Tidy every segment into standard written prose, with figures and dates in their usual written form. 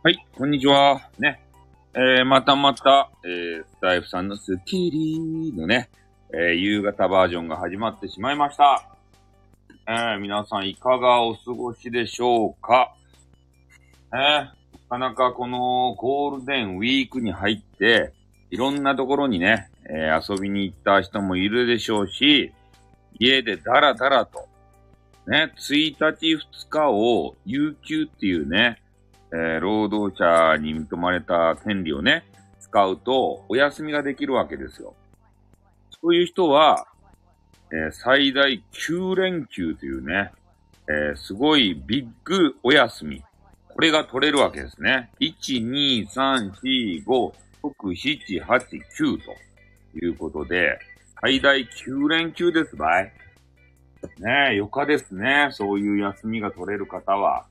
はい、こんにちは。ね。またまた、スタイフさんのスッキリのね、夕方バージョンが始まってしまいました。皆さんいかがお過ごしでしょうか。なかなかこのゴールデンウィークに入って、いろんなところにね、遊びに行った人もいるでしょうし、家でダラダラと、ね、1日2日を有給っていうね、労働者に認められた権利をね、使うとお休みができるわけですよ。そういう人は、最大9連休というね、すごいビッグお休み。これが取れるわけですね。1、2、3、4、5、6、7、8、9ということで、最大9連休ですばい。ねえ、よかですね。そういう休みが取れる方は。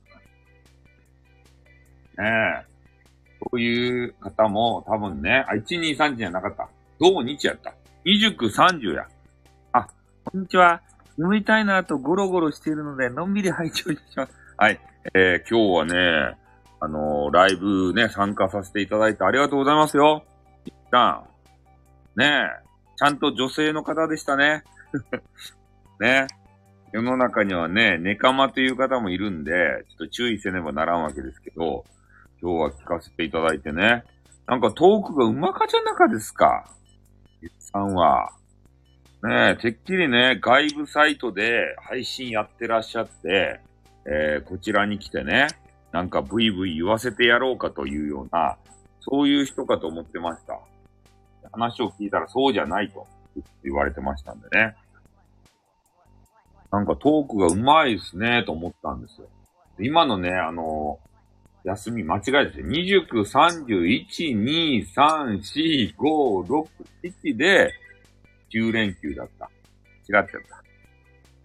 ねえ。そういう方も多分ね、1、2、3じゃなかった。土日やった。29、30や。あ、こんにちは。眠りたいなとゴロゴロしているので、のんびり拝聴します。はい。今日はね、ライブね、参加させていただいてありがとうございますよ。一旦。ねえ。ちゃんと女性の方でしたね。ね。世の中にはね、ネカマという方もいるんで、ちょっと注意せねばならんわけですけど、今日は聞かせていただいてね。なんかトークがうまかじゃなかですか。ゆっさんは。ねえ、てっきりね、外部サイトで配信やってらっしゃって、こちらに来てね、なんかブイブイ言わせてやろうかというような、そういう人かと思ってました。話を聞いたらそうじゃないと言われてましたんでね。なんかトークがうまいですね、と思ったんですよ。今のね、休み間違いですよ。29、30、1、2、3、4、5、6、7で9連休だった。違っちゃった。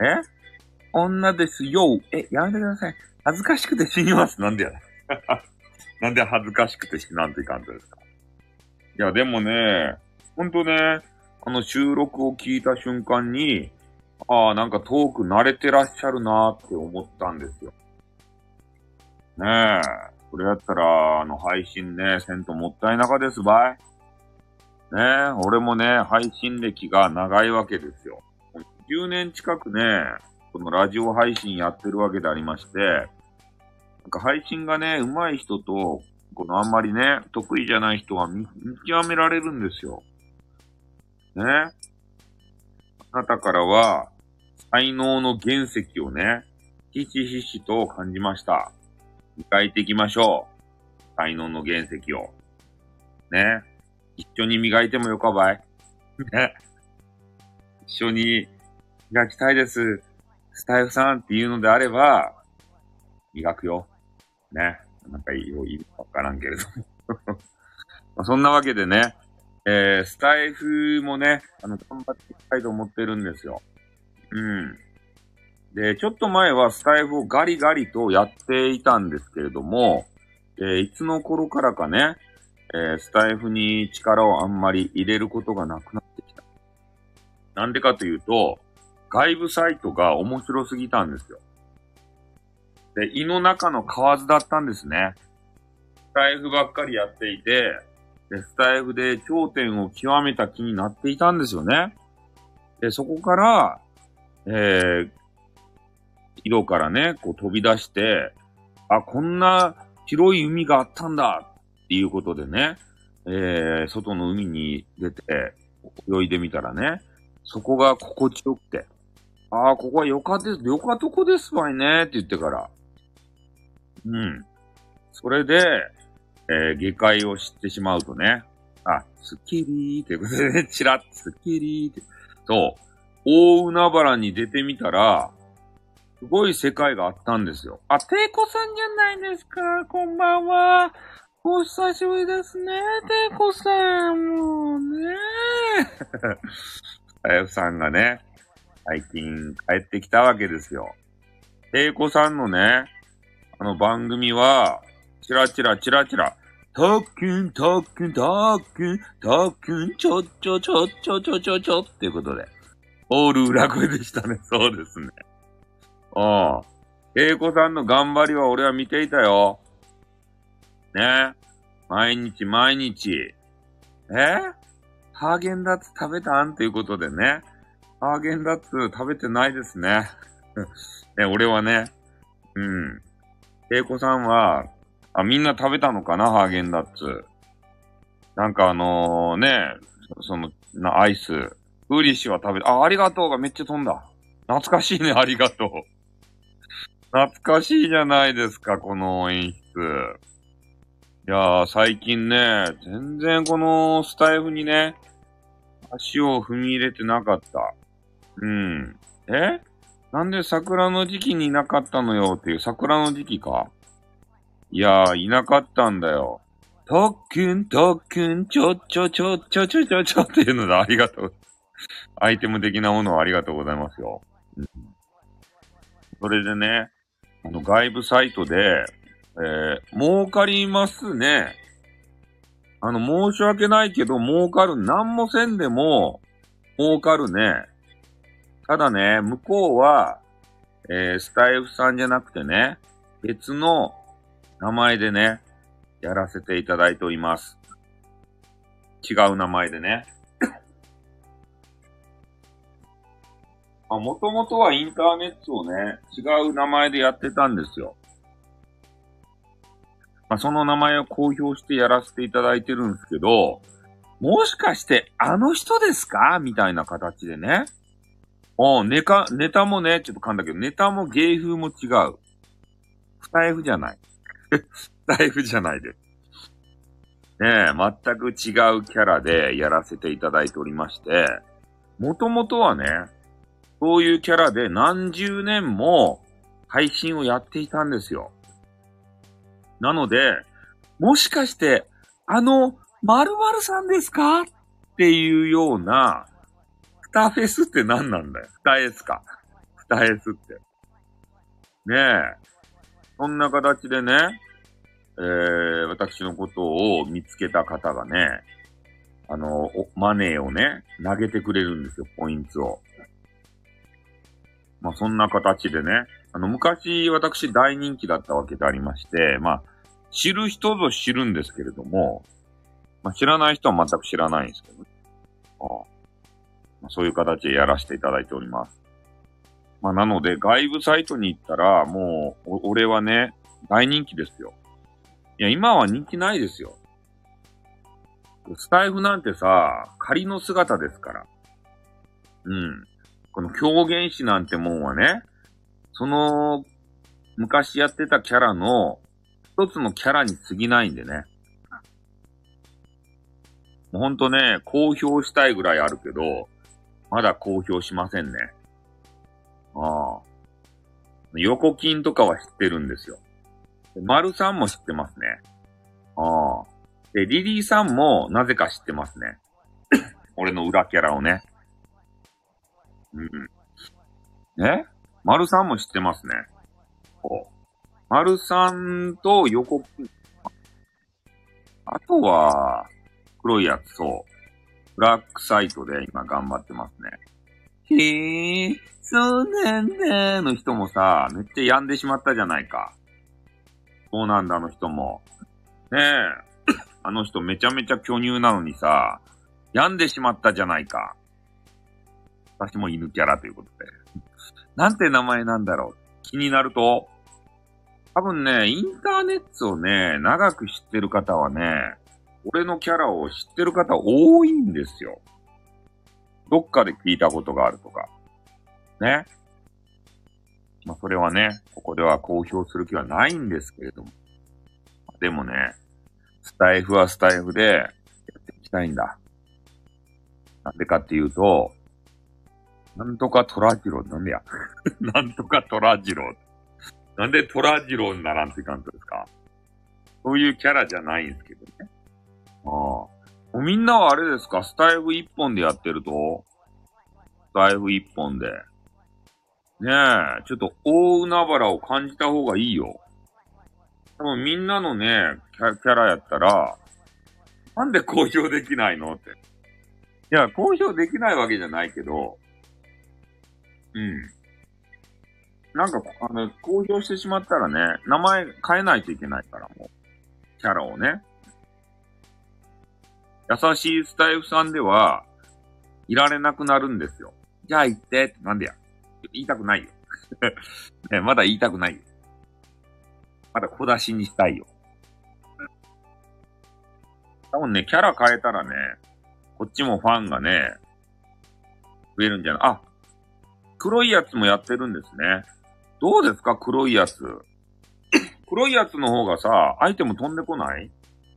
女ですよ。やめてください。恥ずかしくて死にます。なんでや。なんで恥ずかしくて死なんといかんとですか。いや、でもね、ほんとね、収録を聞いた瞬間に、なんかトーク慣れてらっしゃるなーって思ったんですよ。ねえ。これやったら、配信ね、せんともったいなかですばい。ねえ、俺もね、配信歴が長いわけですよ。10年近くね、このラジオ配信やってるわけでありまして、なんか配信がね、上手い人と、このあんまりね、得意じゃない人は見極められるんですよ。ね。あなたからは、才能の原石をね、ひしひしと感じました。磨いていきましょう。才能の原石を。ね。一緒に磨いてもよかばい。ね。一緒に磨きたいです。スタイフさんっていうのであれば、磨くよ。ね。なんかいいのかわからんけれども。そんなわけでね、スタイフもね、頑張っていきたいと思ってるんですよ。うん。で、ちょっと前はスタイフをガリガリとやっていたんですけれども、いつの頃からかね、スタイフに力をあんまり入れることがなくなってきた。なんでかというと、外部サイトが面白すぎたんですよ。で、胃の中の蛙だったんですね。スタイフばっかりやっていて、で、スタイフで頂点を極めた気になっていたんですよね。で、そこから、井戸からね、こう飛び出して、こんな広い海があったんだっていうことでね、外の海に出て泳いでみたらね、そこが心地よくて、ここはよかとこですわいねって言ってから、うん。それで、下界を知ってしまうとね、スッキリーってことでね、チラッ、スッキリーって。そう。大海原に出てみたら、すごい世界があったんですよ。テイコさんじゃないですか。こんばんは。お久しぶりですね、テイコさん。もうね。あやふさんがね、最近帰ってきたわけですよ。テイコさんのね、番組は、チラチラ、たっくん、ちょっちょっていうことで。オール裏声でしたね。そうですね。テイコさんの頑張りは俺は見ていたよ。 ね。毎日毎日。ハーゲンダッツ食べたんということでね。ハーゲンダッツ食べてないですね。ね、俺はね、うん。英子さんは、みんな食べたのかな、ハーゲンダッツ。なんかね、アイス。ウーリッシュは食べた。ありがとうがめっちゃ飛んだ。懐かしいね、ありがとう。懐かしいじゃないですか、この演出。いやー、最近ね、全然このスタイフにね、足を踏み入れてなかった。うん。なんで桜の時期にいなかったのよっていう桜の時期か。いやー、いなかったんだよ。特訓、ちょっていうのでありがとう。アイテム的なものをありがとうございますよ。うん、それでね、外部サイトで、儲かりますね。申し訳ないけど、儲かる。何もせんでも、儲かるね。ただね、向こうは、スタイフさんじゃなくてね、別の名前でね、やらせていただいております。違う名前でね。もともとはインターネットをね、違う名前でやってたんですよ。その名前を公表してやらせていただいてるんですけど、もしかしてあの人ですかみたいな形でね。ネタもね、ちょっと噛んだけど、ネタも芸風も違う。スタイフじゃない。スタイフじゃないです。ねえ、全く違うキャラでやらせていただいておりまして、もともとはね、そういうキャラで何十年も配信をやっていたんですよ。なので、もしかして、〇〇さんですかっていうような、スタフェスって何なんだよ。スタエスか。スタエスって。ねえ。そんな形でね、私のことを見つけた方がね、マネーをね、投げてくれるんですよ、ポイントを。そんな形でね、昔私大人気だったわけでありまして、知る人ぞ知るんですけれども、知らない人は全く知らないんですけどね。そういう形でやらせていただいております。なので、外部サイトに行ったら、もう、俺はね、大人気ですよ。いや、今は人気ないですよ。スタイフなんてさ、仮の姿ですから。うん。この狂言師なんてもんはね、その、昔やってたキャラの、一つのキャラに過ぎないんでね。もうほんとね、公表したいぐらいあるけど、まだ公表しませんね。横金とかは知ってるんですよ。丸さんも知ってますね。で、リリーさんもなぜか知ってますね。俺の裏キャラをね。うん。丸さんも知ってますね。丸さんと横金。あとは、黒いやつ、そう。ブラックサイトで今頑張ってますね。へえ、そうなんだの人もさ、めっちゃ病んでしまったじゃないか。そうなんだの人も。ねえ、あの人めちゃめちゃ巨乳なのにさ、病んでしまったじゃないか。私も犬キャラということで。なんて名前なんだろう。気になると、多分ね、インターネットをね、長く知ってる方はね、俺のキャラを知ってる方多いんですよ。どっかで聞いたことがあるとか。ね。それはね、ここでは公表する気はないんですけれども。でもね、スタイフはスタイフでやっていきたいんだ。なんでかっていうと、なんとかトラジロー、なんでやなんとかトラジロー。なんでトラジローにならんって感じですか？そういうキャラじゃないんですけどね。みんなはあれですか？スタイフ一本でやってると？スタイフ一本で。ねえ、ちょっと大海原を感じた方がいいよ。多分みんなのね、キャラやったら、なんで公表できないのって。いや、公表できないわけじゃないけど、うん。なんか、公表してしまったらね、名前変えないといけないからもう。 キャラをね。優しいスタイフさんでは、いられなくなるんですよ。じゃあ行って、なんでや。言いたくないよ。ね、まだ言いたくないよ。まだ小出しにしたいよ。多分ね、キャラ変えたらね、こっちもファンがね、増えるんじゃない？あ、黒いやつもやってるんですね。どうですか黒いやつ。黒いやつの方がさ、アイテム飛んでこない？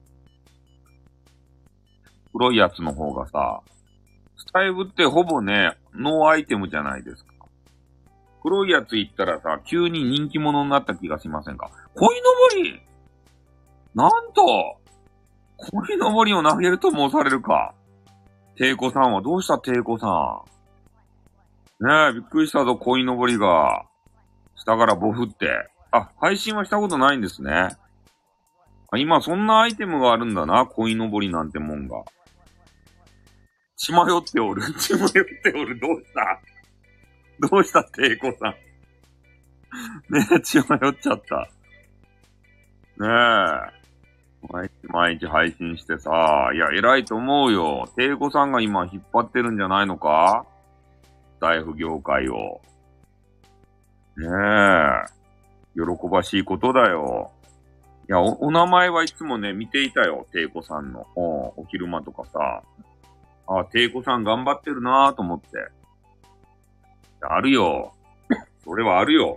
黒いやつの方がさ、スタイブってほぼね、ノーアイテムじゃないですか。黒いやつ行ったらさ、急に人気者になった気がしませんか？鯉のぼりなんと鯉のぼりを投げると申されるか。テイコさんはどうしたテイコさん。ねえ、びっくりしたぞ、鯉のぼりが。下からボフって。あ、配信はしたことないんですね。今そんなアイテムがあるんだな、鯉のぼりなんてもんが。血迷っておる。血迷っておる。どうしたどうしたテイコさん。ねえ、血迷っちゃった。ねえ。毎日配信してさ、いや、偉いと思うよ。テイコさんが今引っ張ってるんじゃないのか？スタイフ業界を。ねえ。喜ばしいことだよ。いや、お名前はいつもね、見ていたよ。テイコさんの。お昼間とかさ。あ、テイコさん頑張ってるなぁと思って。あるよ。それはあるよ。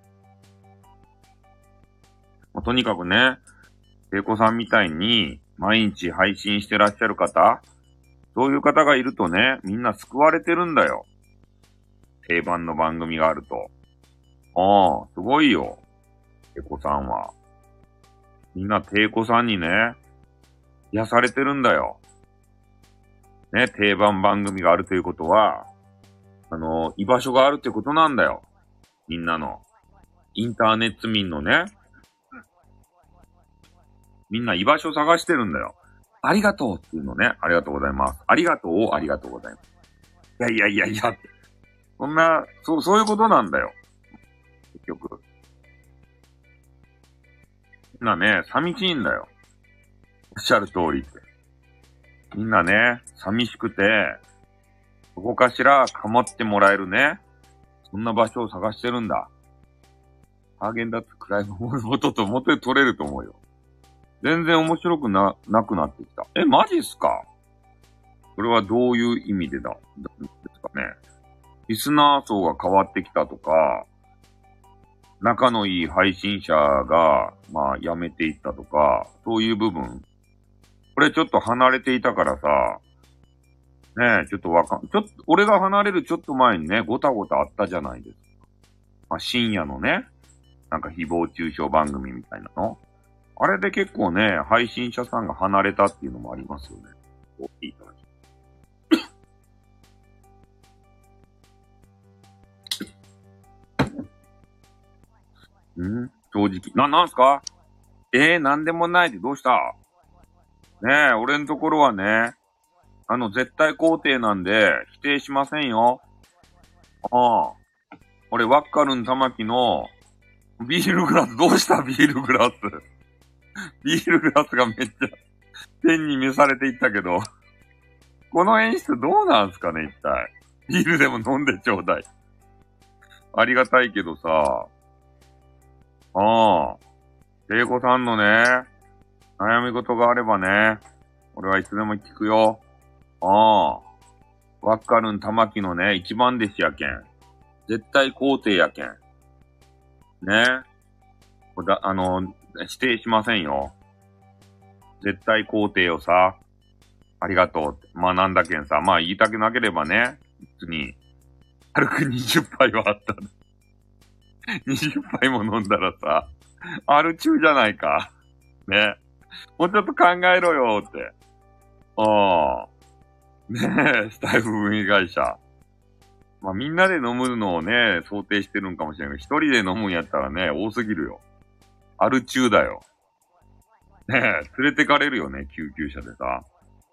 とにかくね、テイコさんみたいに毎日配信してらっしゃる方、そういう方がいるとね、みんな救われてるんだよ。定番の番組があると。すごいよ。テイコさんは。みんなテイコさんにね、癒されてるんだよ。ね、定番番組があるということは、居場所があるってことなんだよ。みんなの。インターネット民のね、みんな居場所を探してるんだよ。ありがとうっていうのね。ありがとうございます。ありがとうをありがとうございます。いや、そんな、そういうことなんだよ。結局。みんなね、寂しいんだよ。おっしゃる通りって。みんなね、寂しくて、どこかしら構ってもらえるね。そんな場所を探してるんだ。ハーゲンダッツくらいの元と元で取れると思うよ。全然面白くなくなってきた。マジっすか？それはどういう意味でですかね。リスナー層が変わってきたとか、仲のいい配信者が、辞めていったとか、そういう部分。これちょっと離れていたからさ、ねえ、ちょっと俺が離れるちょっと前にね、ごたごたあったじゃないですか。深夜のね、なんか誹謗中傷番組みたいなの。あれで結構ね、配信者さんが離れたっていうのもありますよね。いいかな。正直。なんすか？なんでもないってどうした？ねえ、俺のところはね、絶対肯定なんで、否定しませんよ。俺、ワッカルン玉木の、ビールグラス、どうしたビールグラス。ビールグラスがめっちゃ、天に召されていったけど、この演出どうなんすかね、一体。ビールでも飲んでちょうだい。ありがたいけどさ、聖子さんのね、悩み事があればね、俺はいつでも聞くよ。ワッカルン玉木のね、一番弟子やけん。絶対肯定やけん。ね。否定しませんよ。絶対肯定をさ、ありがとうって。なんだけんさ、言いたくなければね、別に、軽く20杯はあったの。20杯も飲んだらさ、アル中じゃないか。ね。もうちょっと考えろよって。ねえ、スタイフ運営会社。みんなで飲むのをね、想定してるんかもしれないけど、一人で飲むんやったらね、多すぎるよ。アル中だよ。ねえ、連れてかれるよね、救急車でさ。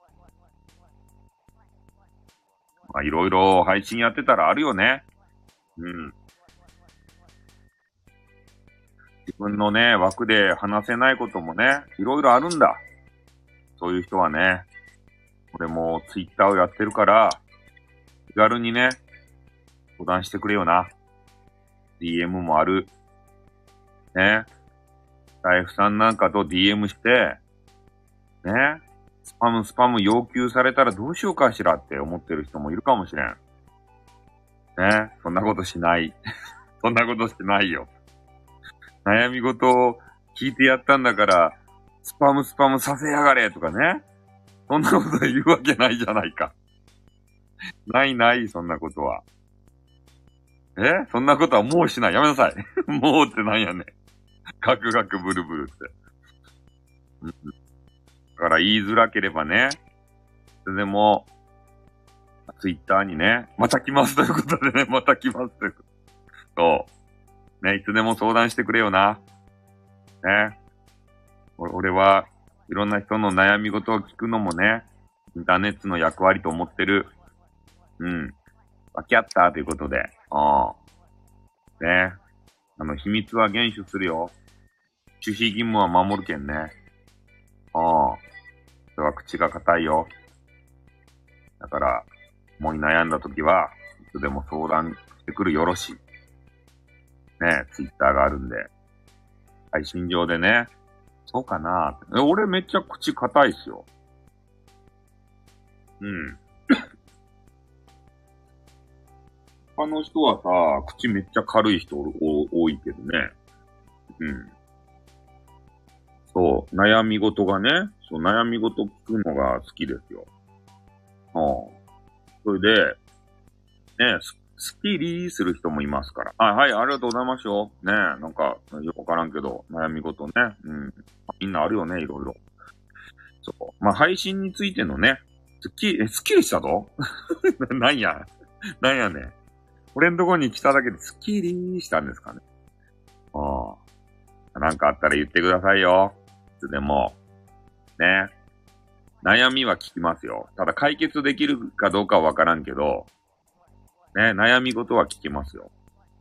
いろいろ配信やってたらあるよね。 自分のね、枠で話せないこともね、いろいろあるんだ。そういう人はね、俺もツイッターをやってるから、気軽にね、相談してくれよな。DM もある。ね。スタイフさんなんかと DM して、ね。スパム要求されたらどうしようかしらって思ってる人もいるかもしれん。ね。そんなことしない。そんなことしないよ。悩み事を聞いてやったんだから、スパムさせやがれとかね。そんなこと言うわけないじゃないか。ないない、そんなことは。そんなことはもうしない。やめなさい。もうってなんやねん。ガクガクブルブルって。うん、だから言いづらければね。それでも、ツイッターにね、また来ますということでね、また来ますということ。そう。ね、いつでも相談してくれよな。ね。俺はいろんな人の悩み事を聞くのもね、インターネットの役割と思ってる。うん。分け合ったということで。ね。秘密は厳守するよ。守秘義務は守るけんね。それは口が硬いよ。だから、思い悩んだときは、いつでも相談してくるよろしい。ね、ツイッターがあるんで。配信上でね、そうかな俺めっちゃ口硬いっすよ。うん。他の人はさ、口めっちゃ軽い人多いけどね。うん。そう、悩み事がね、そう、悩み事聞くのが好きですよ。それで、ね、スッキリする人もいますから。はい、ありがとうございますよ。ね、なんか、よくわからんけど、悩み事ね。うん。みんなあるよね、いろいろ。そう。まあ、配信についてのね、スッキリしたぞなんやね。俺んとこに来ただけでスッキリしたんですかね。なんかあったら言ってくださいよ。いつでも。ね。悩みは聞きますよ。ただ解決できるかどうかはわからんけど、ね、悩み事は聞きますよ。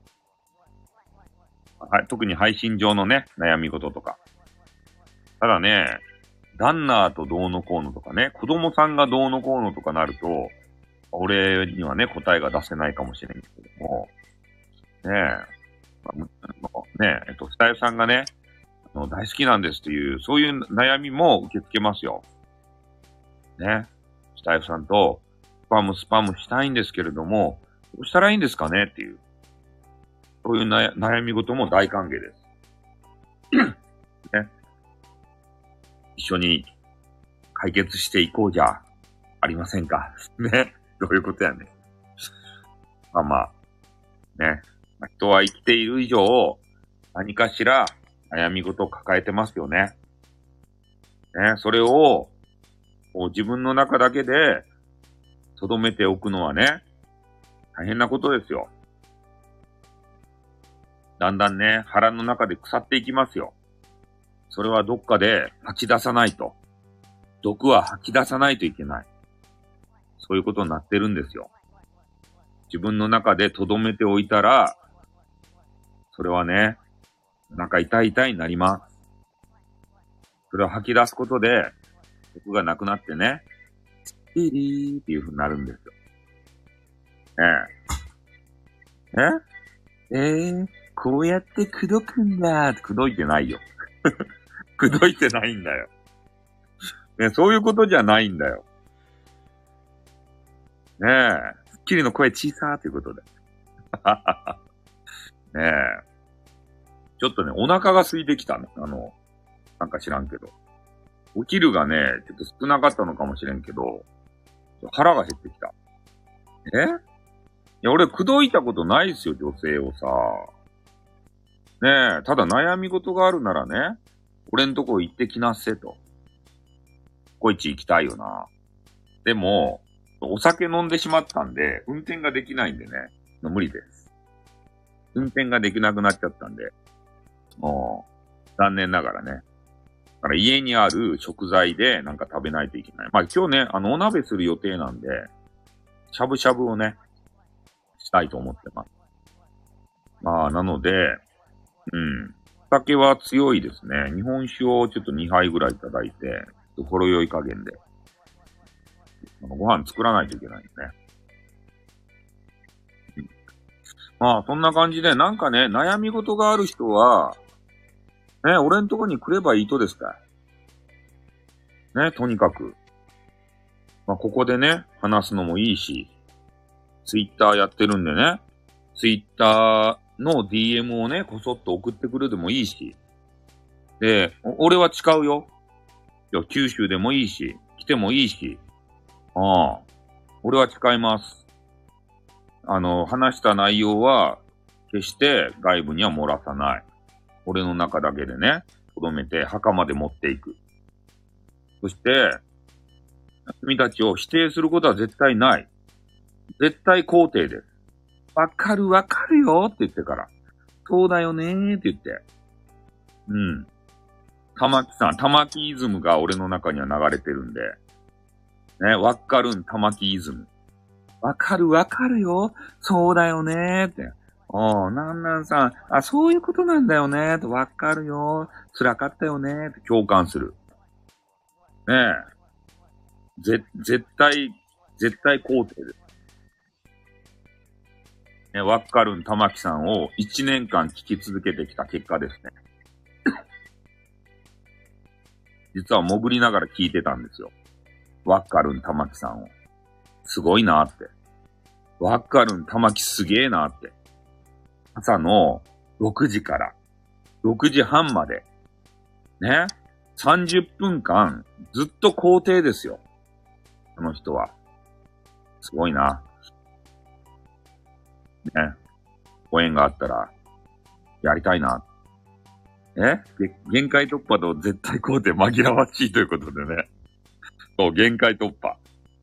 はい、特に配信上のね、悩み事とか。ただね、旦那とどうのこうのとかね、子供さんがどうのこうのとかなると、俺にはね、答えが出せないかもしれんけども、ねスタイフさんがね、大好きなんですっていう、そういう悩みも受け付けますよ。ね。スタイフさんと、スパムしたいんですけれども、どうしたらいいんですかねっていう。そういう悩み事も大歓迎です。ね。一緒に解決していこうじゃありませんか。ね。どういうことやね。ね。人は生きている以上、何かしら悩み事を抱えてますよね。ね。それを、自分の中だけで、留めておくのはね、大変なことですよ。だんだんね、腹の中で腐っていきますよ。それはどっかで吐き出さないと。毒は吐き出さないといけない。そういうことになってるんですよ。自分の中で留めておいたら、それはね、なんか痛いになります。それを吐き出すことで、毒がなくなってね、ピーリーっていう風になるんですよ。こうやって口説くんだ。口説いてないよ。口説いてないんだよ。ね、そういうことじゃないんだよ。ねえ。スッキリの声小さーということで。ねえ。ちょっとね、お腹が空いてきたね。なんか知らんけど。お昼がね、ちょっと少なかったのかもしれんけど、腹が減ってきた。いや、俺、口説いたことないですよ、女性をさ。ねえ、ただ悩み事があるならね、俺んとこ行ってきなっせと。こいち行きたいよな。でも、お酒飲んでしまったんで、運転ができないんでね、無理です。運転ができなくなっちゃったんで、もう、残念ながらね。だから家にある食材でなんか食べないといけない。まあ今日ね、お鍋する予定なんで、しゃぶしゃぶをね、したいと思ってます。まあ、なので、うん。 酒は強いですね。日本酒をちょっと2杯ぐらいいただいて、ほろ酔い加減で。ご飯作らないといけないよね。まあ、そんな感じで、なんかね、悩み事がある人は、ね、俺んとこに来ればいいとですか。ね、とにかく。まあ、ここでね、話すのもいいし、ツイッターやってるんでね、ツイッターの DM をね、こそっと送ってくるでもいいし、で、俺は誓うよ。いや、九州でもいいし、来てもいいし、ああ、俺は誓います。話した内容は、決して外部には漏らさない。俺の中だけでね、留めて墓まで持っていく。そして、君たちを否定することは絶対ない。絶対肯定です。わかるよって言ってから。そうだよねーって言って。うん。玉木イズムが俺の中には流れてるんで。ね、わかるん玉木イズム。わかるよ。そうだよねーって。なんさん、そういうことなんだよねーって。わかるよ。辛かったよねーって共感する。ねえ。絶対肯定です。ね、わかるん玉木さんを1年間聞き続けてきた結果ですね。実は潜りながら聞いてたんですよ。わかるん玉木さんを。すごいなって。わかるん玉木すげえなって。朝の6時から6時半まで。ね。30分間ずっと肯定ですよ。この人は。すごいな。ね。ご縁があったら、やりたいな。限界突破と絶対肯定紛らわしいということでね。そう、限界突破。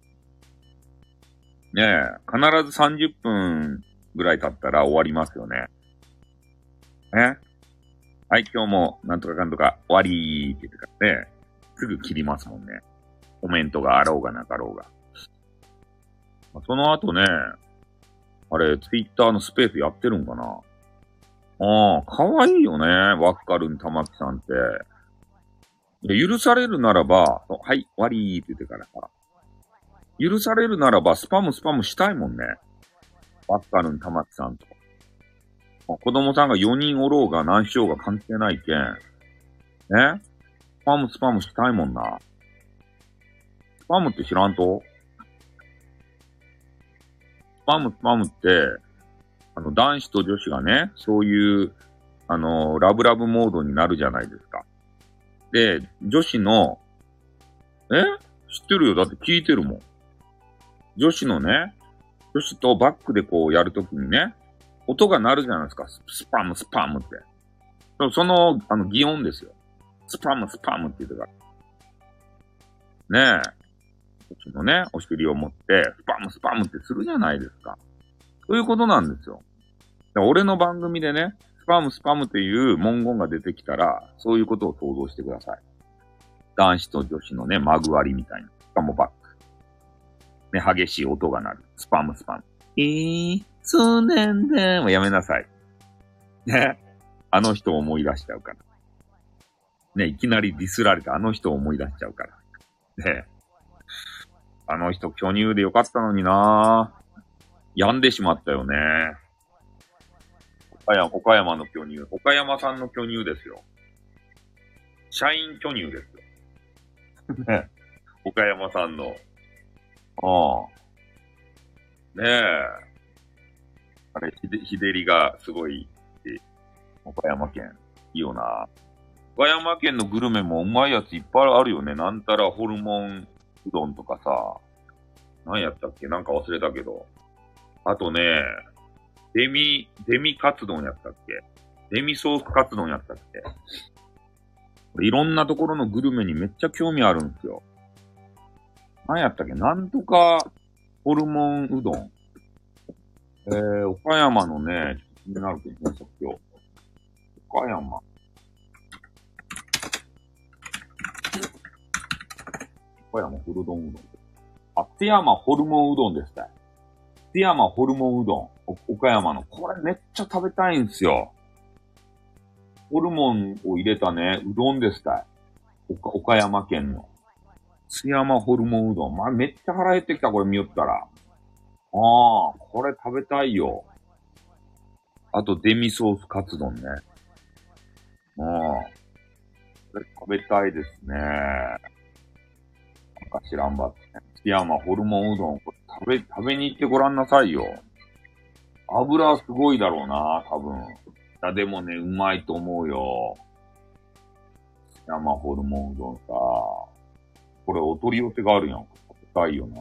ねえ、必ず30分ぐらい経ったら終わりますよね。ね。はい、今日もなんとかかんとか終わりーって言ってからね、すぐ切りますもんね。コメントがあろうがなかろうが。その後ね、あれ、ツイッターのスペースやってるんかな。かわいいよね。わかるん、たまきさんって。許されるならば、はい、終わりーって言ってからさ。許されるならば、スパムしたいもんね。わかるん、たまきさんと。子供さんが4人おろうが何しようが関係ないけん。ね、スパムしたいもんな。スパムって知らんと？スパムって、男子と女子がね、そういう、ラブラブモードになるじゃないですか。で、女子の、知ってるよ。だって聞いてるもん。女子とバックでこうやるときにね、音が鳴るじゃないですか。スパムって。その、擬音ですよ。スパムって言ってから。ねえ。こっちのね、お尻を持って、スパムってするじゃないですか。そういうことなんですよ。俺の番組でね、スパムっていう文言が出てきたら、そういうことを想像してください。男子と女子のね、まぐわりみたいな。しかもバック。ね、激しい音が鳴る。スパム。数年でもやめなさい。ね。あの人を思い出しちゃうから。ね、いきなりディスられたあの人を思い出しちゃうから。ね。あの人巨乳でよかったのになぁ。病んでしまったよね。岡山の巨乳。岡山さんの巨乳ですよ。社員巨乳ですよ。ね。岡山さんの。ねえ。あれ、日照りがすごい、岡山県。いいよな。岡山県のグルメもうまいやついっぱいあるよね。なんたらホルモンうどんとかさ。何やったっけなんか忘れたけど。あとね、デミカツ丼やったっけ？デミソースカツ丼やったっけ？いろんなところのグルメにめっちゃ興味あるんですよ。何やったっけ？なんとかホルモンうどん。岡山のね、気になるけど、今日。岡山。岡山ホルモンうどん。津山ホルモンうどんですね。津山ホルモンうどん。岡山の。これめっちゃ食べたいんですよ。 ホルモンを入れたね、うどんですたい。岡山県の。津山ホルモンうどん。まあ、めっちゃ腹減ってきた、これ見よったら。ああ、これ食べたいよ。あと、デミソースカツ丼ね。うん。これ食べたいですね。なんか知らんばってね。津山ホルモンうどん、これ食べに行ってごらんなさいよ。油すごいだろうな、多分。いや、でもね、うまいと思うよ。津山ホルモンうどんさ。これお取り寄せがあるやん。食べたいよな。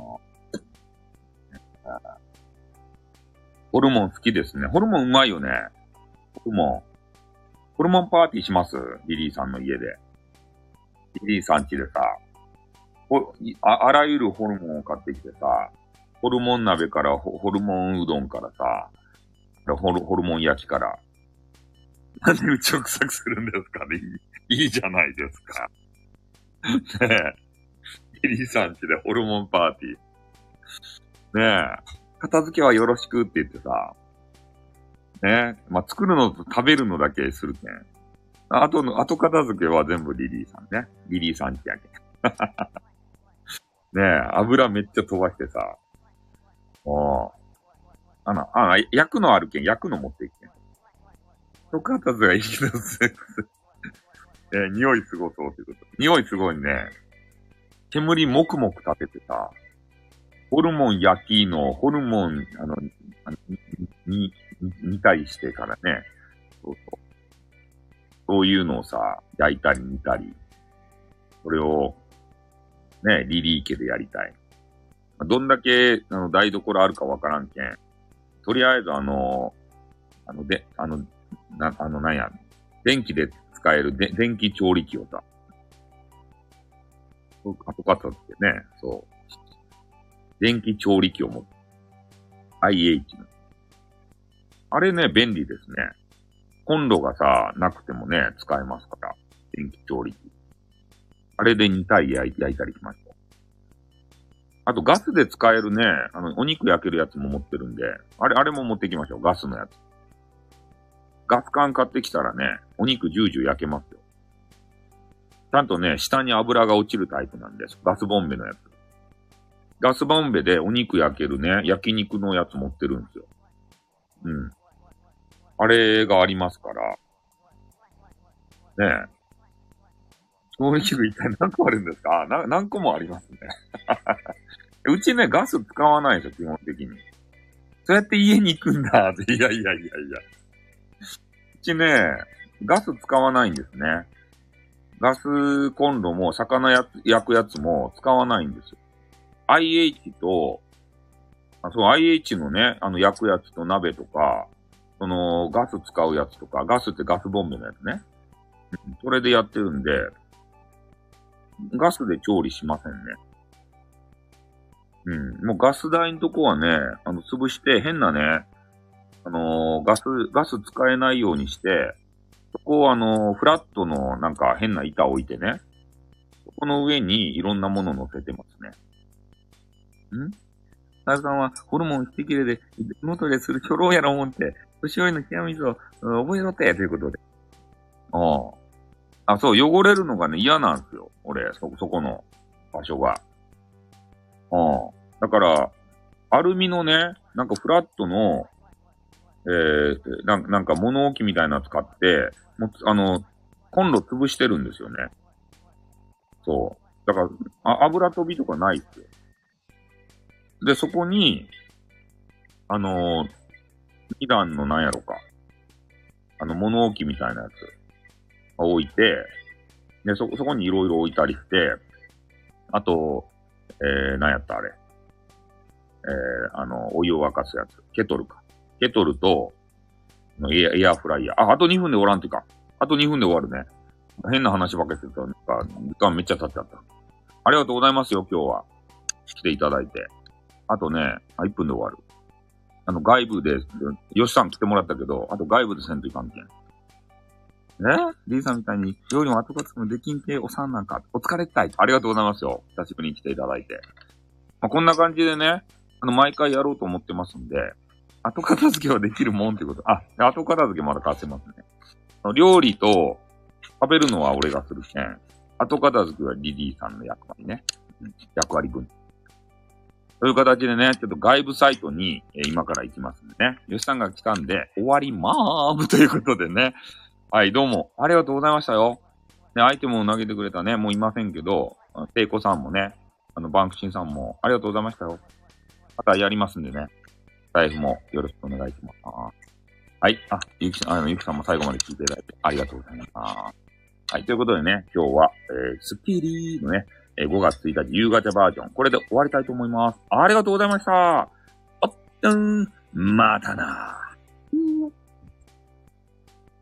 ホルモン好きですね。ホルモンうまいよね。ホルモン。ホルモンパーティーしますリリーさんの家で。リリーさん家でさ、あらゆるホルモンを買ってきてさ、ホルモン鍋からホルモンうどんからさ、ホルモン焼きから。なんでうちを臭くするんですかねいいじゃないですか。ねえ。リリーさん家でホルモンパーティー。ねえ。片付けはよろしくって言ってさ、ねえ。まあ、作るのと食べるのだけするけん。後片付けは全部リリーさんね。リリーさんちやけん。ねえ、油めっちゃ飛ばしてさ。おー。焼くのあるけん、焼くの持っていけん。後片付けがいいです。匂いすごそうってこと。匂いすごいね。煙もくもく立ててさ、ホルモン焼きの、ホルモン、煮たりしてからね。そうそう。そういうのをさ、焼いたり煮たり。それを、ね、リリー家でやりたい。どんだけ、台所あるかわからんけん。とりあえずなんや、電気で使える電気調理器をさ、後片付けね、そう。電気調理器を持って、IH の。あれね、便利ですね。コンロがさ、なくてもね、使えますから。電気調理器。あれで煮たり焼いたりしました。あとガスで使えるね、お肉焼けるやつも持ってるんで、あれも持ってきましょう。ガスのやつ。ガス缶買ってきたらね、お肉ジュージュー焼けますよ。ちゃんとね、下に油が落ちるタイプなんです。ガスボンベのやつ。ガスボンベでお肉焼けるね、焼肉のやつ持ってるんですよ。うん。あれがありますから。ねえ。調理器具一体何個あるんですか何個もありますね。うちね、ガス使わないですよ、基本的に。そうやって家に行くんだって。いやいやいやいや。うちね、ガス使わないんですね。ガスコンロも魚焼くやつも使わないんですよ。IH と、IH のね、焼くやつと鍋とか、ガス使うやつとか、ガスってガスボンベのやつね。それでやってるんで、ガスで調理しませんね。うん。もうガス台のとこはね、潰して変なね、ガス使えないようにして、そこをフラットのなんか変な板を置いてね、そこの上にいろんなものを乗せてますね。さやさんはホルモン一切れで、元でする初老やろ思って、年寄りの冷や水を覚えろって、ということで。そう、汚れるのがね、嫌なんですよ。俺、そこの場所が。だから、アルミのね、なんかフラットの、なんか物置みたいなの使って、もう、コンロ潰してるんですよね。そう。だから、油飛びとかないっすよ。で、そこに、二段のなんやろか。物置みたいなやつ置いて、で、そこにいろいろ置いたりして、あと、なんやったあれ。お湯を沸かすやつ。ケトルか。ケトルと、エアフライヤー。あと2分で終わらんていうか。あと2分で終わるね。変な話ばっかりすると、なんか、時間めっちゃ経っちゃった。ありがとうございますよ、今日は。来ていただいて。あとね、1分で終わる。外部で、よしさん来てもらったけど、あと外部でせんといかんけん。D さんみたいに、料理も後片付けもできんておさんなんか、お疲れったい。ありがとうございますよ。久しぶりに来ていただいて。こんな感じでね、毎回やろうと思ってますんで、後片付けはできるもんってこと。後片付けまだ貸せますね。 料理と食べるのは俺がするけん。後片付けはリリーさんの役割ね。役割分。という形でね、ちょっと外部サイトに、今から行きますんでね。吉さんが来たんで、終わりまーすということでね。はい、どうも、ありがとうございましたよ。ね、アイテムを投げてくれたね、もういませんけど、聖子さんもね、バンクシンさんも、ありがとうございましたよ。またやりますんでね。財布もよろしくお願いします。はい。ゆきさんも最後まで聞いていただいてありがとうございます。はい。ということでね、今日は、スッキリのね、5月1日夕方バージョン。これで終わりたいと思います。ありがとうございました。またな